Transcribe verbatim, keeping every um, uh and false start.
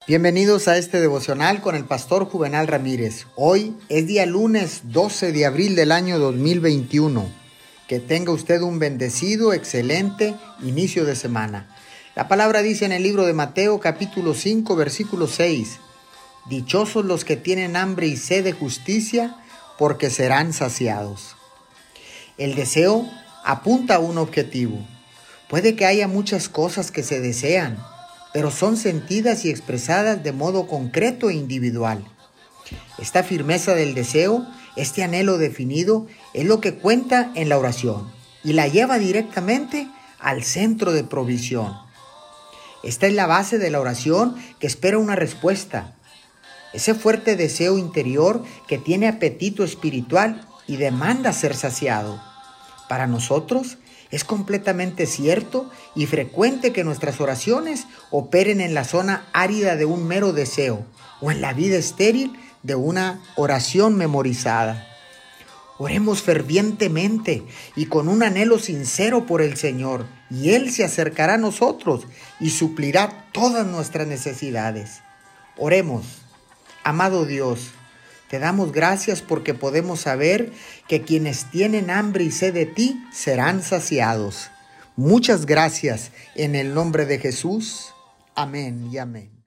Bienvenidos a este devocional con el pastor Juvenal Ramírez. Hoy es día lunes doce de abril del año dos mil veintiuno. Que tenga usted un bendecido, excelente inicio de semana. La palabra dice en el libro de Mateo capítulo cinco versículo seis: Dichosos los que tienen hambre y sed de justicia, porque serán saciados. El deseo apunta a un objetivo. Puede que haya muchas cosas que se desean, pero son sentidas y expresadas de modo concreto e individual. Esta firmeza del deseo, este anhelo definido, es lo que cuenta en la oración y la lleva directamente al centro de provisión. Esta es la base de la oración que espera una respuesta. Ese fuerte deseo interior que tiene apetito espiritual y demanda ser saciado. Para nosotros es completamente cierto y frecuente que nuestras oraciones operen en la zona árida de un mero deseo o en la vida estéril de una oración memorizada. Oremos fervientemente y con un anhelo sincero por el Señor, y Él se acercará a nosotros y suplirá todas nuestras necesidades. Oremos. Amado Dios, te damos gracias porque podemos saber que quienes tienen hambre y sed de ti serán saciados. Muchas gracias en el nombre de Jesús. Amén y amén.